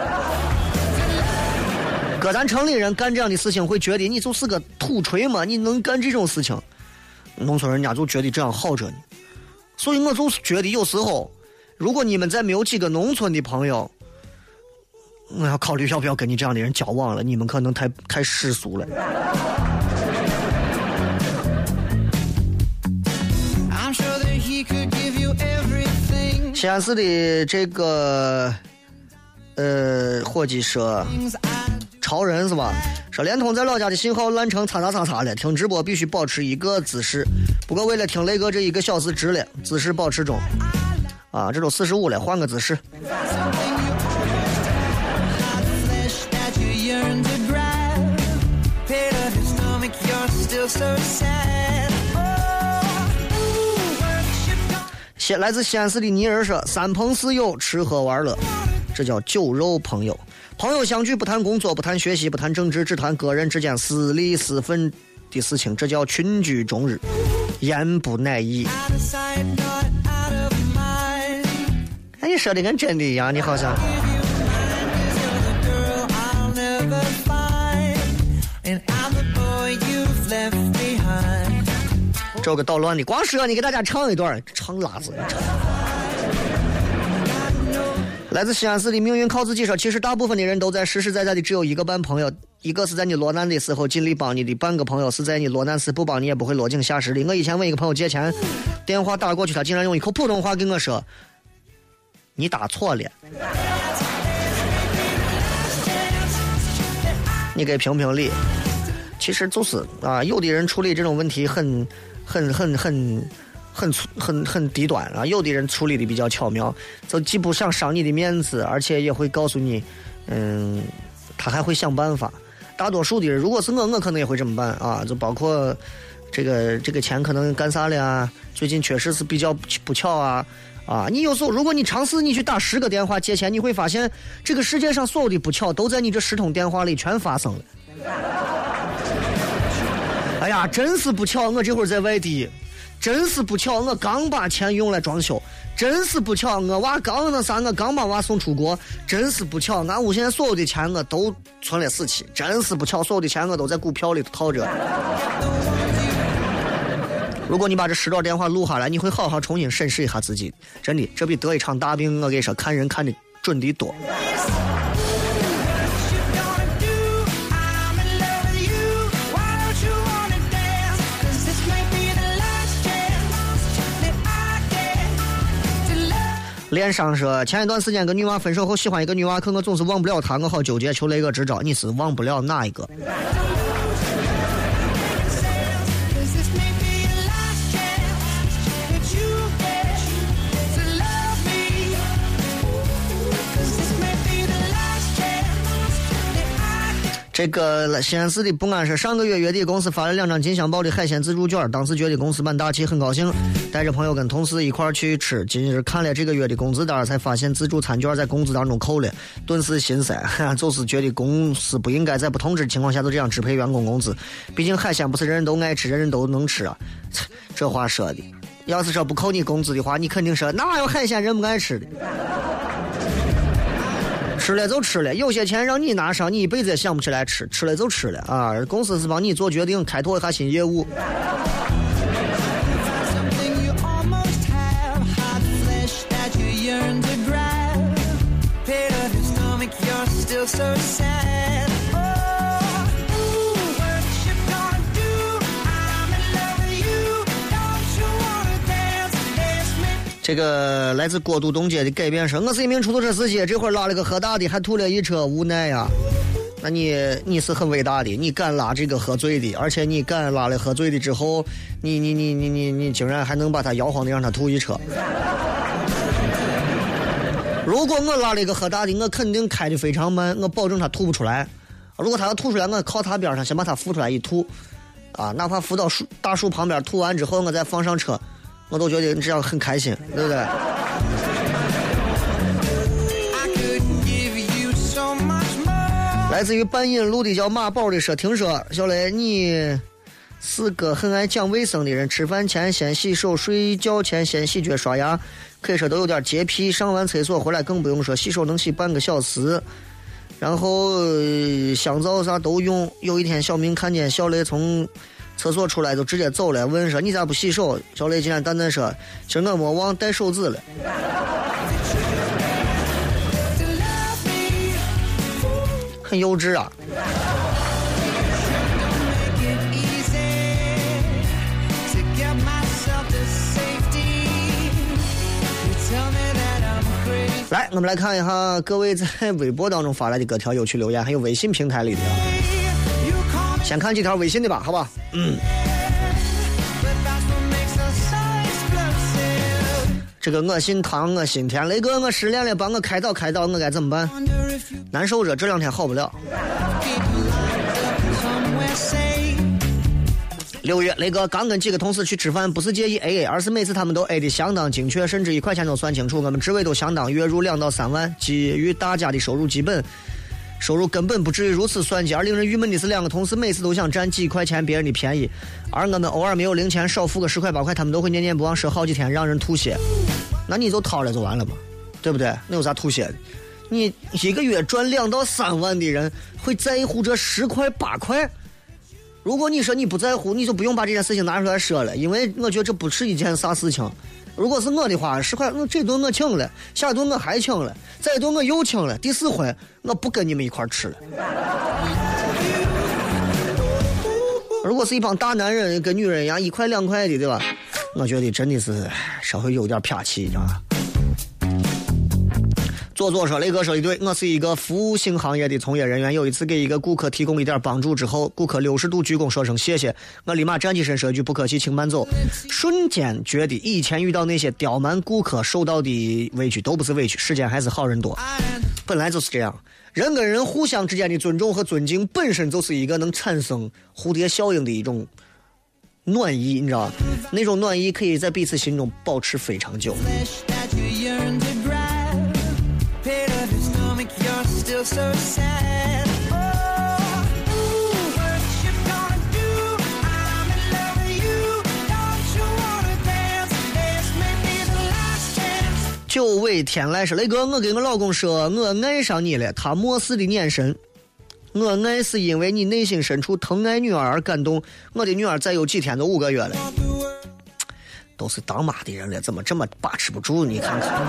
搁咱城里人干这样的事情，会觉得你就是个土锤嘛？你能干这种事情？农村人家就觉得这样好着呢。所以我就是觉得有时候，如果你们再没有几个农村的朋友，我要考虑要不要跟你这样的人交往了。你们可能太太世俗了。西安市的这个呃伙计说。潮人是吧？说联通在老家的信号烂成擦擦擦擦了，听直播必须保持一个姿势。不过为了听雷哥这一个小时值了，姿势保持中。 啊，这都四十五了，换个姿势。西来自西安市的尼尔说：“三朋四友，吃喝玩乐，这叫酒肉朋友。朋友相聚，不谈工作，不谈学习，不谈政治，只谈个人之间私利私愤的事情，这叫群居终日，言不耐意。”哎，你说的跟真的一样，你好像。这个捣乱的，光说你给大家唱一段，唱拉子。唱来自西安市的命运靠自己说，其实大部分的人都在实实在在的只有一个半朋友，一个是在你落难的时候尽力帮你的，半个朋友是在你落难时不帮你也不会落井下石的。我以前问一个朋友借钱，电话打过去，他竟然用一口普通话跟我说：“你打错了。”你给评评理。其实就是啊，有的人处理这种问题很。很很很很很很低端啊！有的人处理的比较巧妙，就既不想伤你的面子，而且也会告诉你，嗯，他还会想办法。大多数的人，如果是我，我可能也会这么办啊！就包括这个这个钱可能干啥了呀？最近确实是比较不巧啊啊！你有时候，如果你尝试你去打十个电话借钱，你会发现这个世界上所有的不巧都在你这十通电话里全发生了。哎呀，真是不巧，我这会儿在外地，真是不巧，我刚把钱用来装修，真是不巧，我娃刚那啥，我刚把娃送出国，真是不巧，俺屋现在所有的钱我都存了死期，真是不巧，所有的钱我都在股票里套着。如果你把这十段电话录下来，你会好好重新审视一下自己，真的，这比得一场大病，我跟你说，看人看的准的多。恋上说，前一段时间跟女娃分手后，喜欢一个女娃，可我总是忘不了她，我好纠结，求雷哥支招，你是忘不了哪一个？这个西安市的不安是上个月月底公司发了两张金香报的海鲜自助券，当时觉得公司蛮大气，很高兴，带着朋友跟同事一块儿去吃。今日看了这个月的工资单，才发现自助餐券在工资当中扣了，顿时心塞，就是觉得公司不应该在不通知的情况下都这样支配员工工资。毕竟海鲜不是人人都爱吃，人人都能吃啊。这话说的，要是说不扣你工资的话，你肯定说哪有海鲜人不爱吃的。吃了就吃了，有些钱让你拿上，你一辈子也想不起来吃，吃了就吃了啊！公司是帮你做决定，开拓一下新业务。这个来自国都东街的改变说，我是一名出租车司机，这会儿拉了个喝大的，还吐了一车，无奈呀。那你你是很伟大的，你敢拉这个喝醉的，而且你敢拉了喝醉的之后，你你你你你你竟然还能把他摇晃的让他吐一车。如果我拉了一个喝大的，我肯定开的非常慢，我保证他吐不出来。如果他要吐出来，我靠他边上先把他扶出来一吐，啊，哪怕扶到树大树旁边，吐完之后我再放上车。我都觉得这样很开心，对不对？来自于半引路的叫马宝的说，听说小雷你是个很爱讲卫生的人，吃饭前先洗手，睡觉前先洗脚刷牙，可以说都有点洁癖，上完厕所回来更不用说，洗手能洗半个小时，然后、呃、香皂啥都用。有一天小明看见小雷从厕所出来就直接走了，问说你咋不洗手？小雷竟然淡淡说，其实我没忘带手纸了。很幼稚啊。来，我们来看一下各位在微博当中发来的各条有趣留言，还有微信平台里的。先看几条微信的吧，好吧？嗯。 这个我心疼，我心甜，雷哥我失恋了，帮我开导开导，我该怎么办？难受着，这两天好不了。六月，雷哥刚跟几个同事去吃饭，不是介意 A A， 而是每次他们都 A 的相当精确，甚至一块钱都算清楚。我们职位都相当，月入两到三万，基于大家的收入基本收入根本不至于如此算计。而令人郁闷的是，两个同事每次都想占几块钱别人的便宜，而我们偶尔没有零钱，少付个十块八块，他们都会念念不忘，说好几天，让人吐血。那你就掏了就完了嘛，对不对？那有啥吐血的？你一个月赚两到三万的人会在乎这十块八块？如果你说你不在乎，你就不用把这件事情拿出来说了，因为我觉得这不是一件啥事情。如果是我的话，十块，那这顿我请了，下一顿我还请了，再一顿我又请了，第四回我不跟你们一块吃了。如果是一帮大男人跟女人一样一块两块的，对吧？我觉得真的是稍微有点撇气，知道吧？左左说，雷哥说的对，我是一个服务性行业的从业人员，有一次给一个顾客提供一点帮助之后，顾客六十度鞠躬说声谢谢，我立马站起身说一句不客气，请慢走。瞬间觉得以前遇到那些刁蛮顾客受到的委屈都不是委屈，世间还是好人多。本来就是这样，人跟人互相之间的尊重和尊敬本身就是一个能产生蝴蝶效应的一种暖意，你知道，那种暖意可以在彼此心中保持非常久。Still so sad. Oh, what you gonna do? I'm in love with you. Don't you wanna dance? This may be the last chance. 久违天来是雷哥，我跟我老公说，我爱上你了。他漠视的眼神，我爱是因为你内心深处疼爱女儿而感动。我的女儿再有几天都五个月了，都是当妈的人了，怎么这么把持不住？你看看。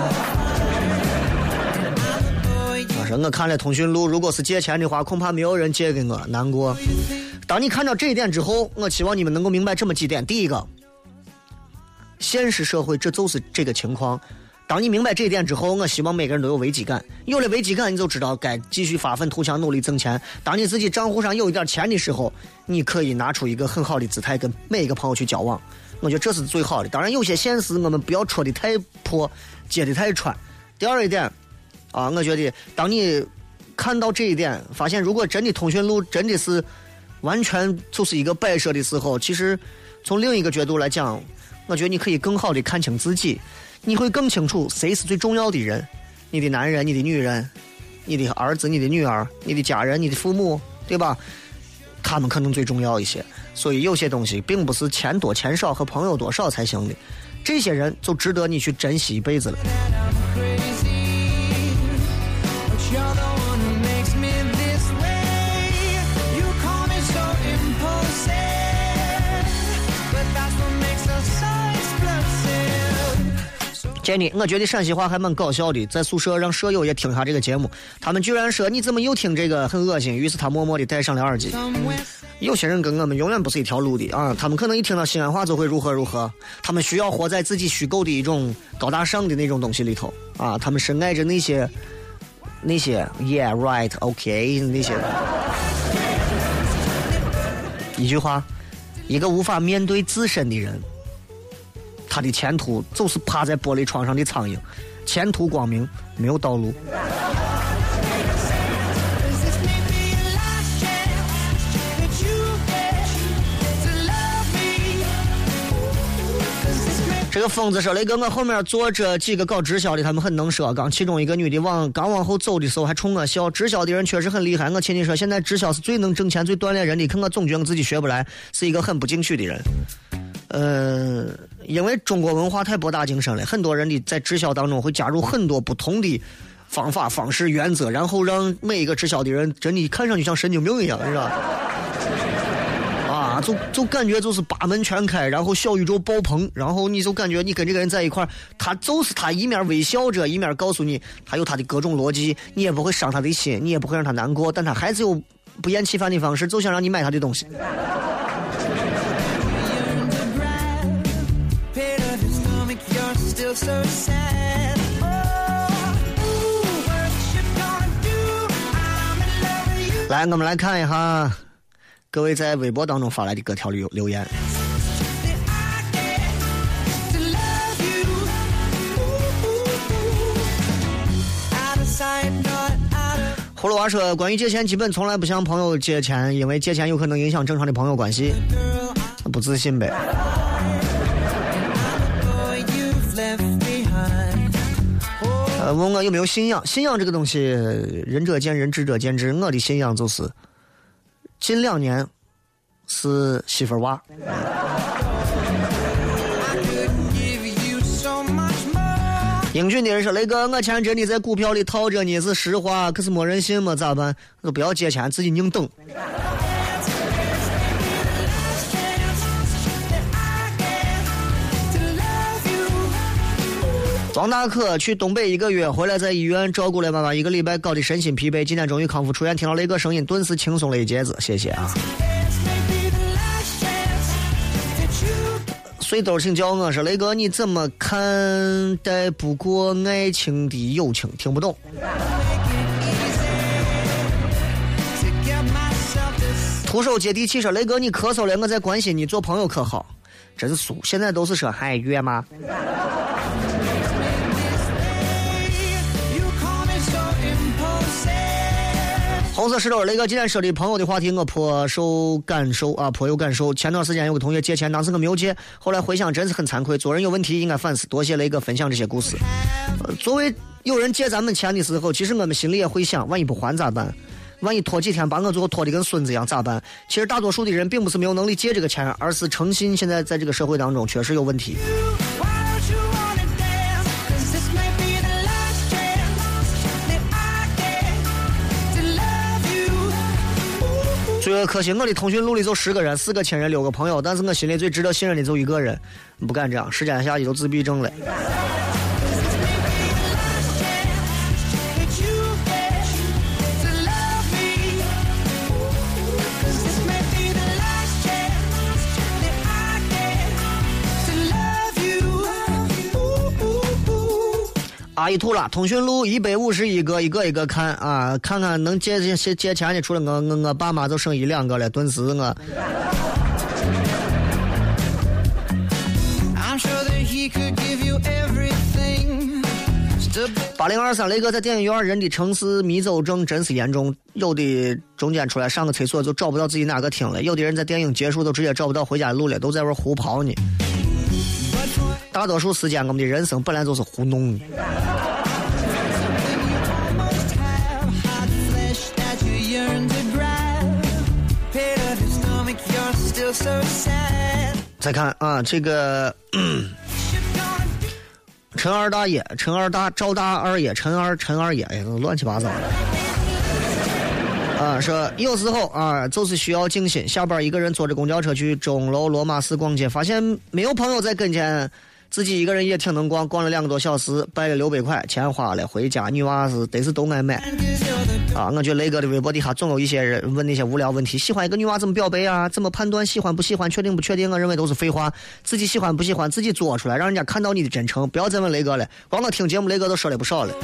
说我看了通讯录，如果是借钱的话，恐怕没有人借给我，难过。当你看到这一点之后，我希望你们能够明白这么几点。第一个，现实社会这就是这个情况。当你明白这一点之后，我希望每个人都有危机感。有了危机感，你就知道该继续发奋图强，努力挣钱。当你自己账户上有一点钱的时候，你可以拿出一个很好的姿态跟每一个朋友去交往。我觉得这是最好的。当然，有些现实我们不要戳的太破，揭的太穿。第二一点。啊，我觉得当你看到这一点，发现如果真的通讯录真的是完全就是一个摆设的时候，其实从另一个角度来讲，我觉得你可以更好的看清自己，你会更清楚谁是最重要的人，你的男人，你的女人，你的儿子，你的女儿，你的家人，你的父母，对吧？他们可能最重要一些。所以有些东西并不是钱多钱少和朋友多少才行的，这些人就值得你去珍惜一辈子了。You're the one who makes me this way. You call me so impulsive, but that's what makes us so explosive. Jenny， 我觉得陕西话还蛮搞笑的，在宿舍让舍友也听下这个节目，他们居然说你怎么又听这个，很恶心。于是他默默地戴上了耳机。有些人跟我们永远不是一条路的啊，他们可能一听到西安话就会如何如何，他们需要活在自己虚构的一种高大上的那种东西里头啊，他们深爱着那些。那些 yeah right okay 那些一句话，一个无法面对自身的人，他的前途就是趴在玻璃窗上的苍蝇，前途光明，没有道路。这个疯子说雷哥，我后面坐着几个搞直销的，他们很能说。刚其中一个女的往刚往后走的时候还冲我笑。直销的人确实很厉害，我亲戚说现在直销是最能挣钱最锻炼人的，可我总觉得我自己学不来，是一个很不进取的人。呃，因为中国文化太博大精深了，很多人的在直销当中会加入很多不同的方法方式原则，然后让每一个直销的人真的看上去像神经病一样，是吧？啊，就就感觉就是八门全开，然后小宇宙爆棚，然后你就感觉你跟这个人在一块儿，他就是他一面微笑着，一面告诉你他有他的各种逻辑，你也不会伤他的心，你也不会让他难过，但他还是有不厌其烦的方式，就想让你买他的东西。来，我们来看一下各位在微博当中发来的各条留言。 葫芦娃说，关于借钱基本从来不向朋友借钱，因为借钱有可能影响正常的朋友关系。不自信呗。呃，问我有没有信仰？信仰这个东西，仁者见仁，智者见智。我的信仰就是近两年是媳妇娃。英俊的人说：“雷哥，我钱真的在股票里套着你，是实话，可是没人信嘛，咋办？那不要借钱，自己硬等。”王大可去东北一个月，回来在医院照顾了妈妈一个礼拜，搞得身心疲惫。今天终于康复出院，听到雷哥声音，顿时轻松了一截子，谢谢啊！水豆请教我说，雷哥你怎么看待不过爱情的友情？听不懂。徒手接地气说，雷哥你咳嗽了，我在关心你，做朋友可好？真俗，现在都是说嗨约吗？红色石头，雷哥今天说的朋友的话题，我颇受感受啊，颇有感受。前段时间有个同学借钱，当时我没有借，后来回想真是很惭愧，做人有问题应该反思。多谢雷哥分享这些故事。呃、作为有人借咱们钱的时候，其实我们心里也会想，万一不还咋办？万一拖几天把我最后拖得跟孙子一样咋办？其实大多数的人并不是没有能力借这个钱，而是诚信现在在这个社会当中确实有问题。罪恶可惜，我的通讯录里就十个人，四个亲人，六个朋友，但是我心里最值得信任的就一个人，不敢这样，时间下去都自闭症了。阿姨吐了，通讯录一百五十一个，一个一个看啊，看看能借借借钱的，除了我我我爸妈就剩一两个了，顿时我。八零二三雷哥在电影院，人的城市迷走症真是严重，有的中间出来上个厕所就找不到自己哪个厅了，有的人在电影结束都直接找不到回家的路了，都在玩胡跑呢。大多数时间我们的人生本来就是糊弄的。再看啊，这个陈二大爷、陈二大、赵大二爷、陈二、陈二爷，哎，乱七八糟的。啊，说有时候啊，就是需要静心。下班一个人坐着公交车去钟楼罗马寺逛街，发现没有朋友在跟前，自己一个人也挺能逛，逛了两个多小时，败了六百块，钱花了，回家女娃是得是都爱买。啊，我觉得雷哥的微博底下总有一些人问那些无聊问题，喜欢一个女娃怎么表白啊？怎么判断喜欢不喜欢？确定不确定？我认为都是废话，自己喜欢不喜欢自己做出来，让人家看到你的真诚。不要再问雷哥了，光我听节目雷哥都说了不少了。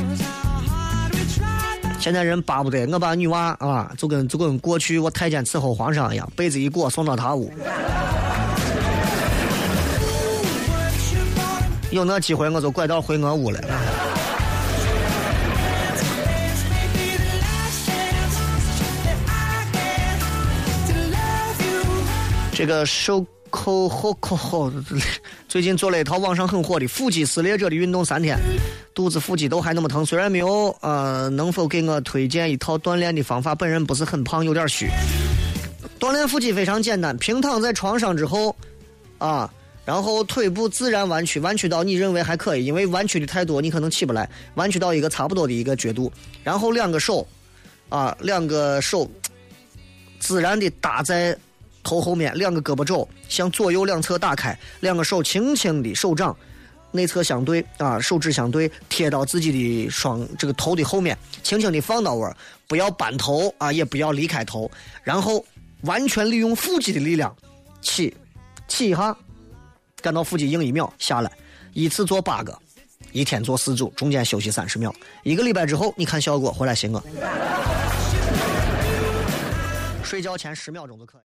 现在人巴不得我把女娃啊，就跟就跟过去我太监伺候皇上一样，被子一裹送到他屋。有那机会我就拐道回我屋了。这个手口后口后，最近做了一套网上很火的腹肌撕裂者的运动三天，肚子腹肌都还那么疼。虽然没有呃，能否给我推荐一套锻炼的方法？本人不是很胖，有点虚。锻炼腹肌非常简单，平躺在床上之后啊，然后腿部自然弯曲，弯曲到你认为还可以，因为弯曲的太多你可能起不来，弯曲到一个差不多的一个角度，然后两个手啊，两个手自然的搭在头后面，两个胳膊肘向左右两侧打开，两个手轻轻的手掌内侧相对啊，手指相对贴到自己的双这个头的后面，轻轻的放到位，不要扳头啊，也不要离开头，然后完全利用腹肌的力量起起一下，感到腹肌硬一秒下来，一次做八个，一天做四组，中间休息三十秒，一个礼拜之后你看效果回来信我。睡觉前十秒钟就可以。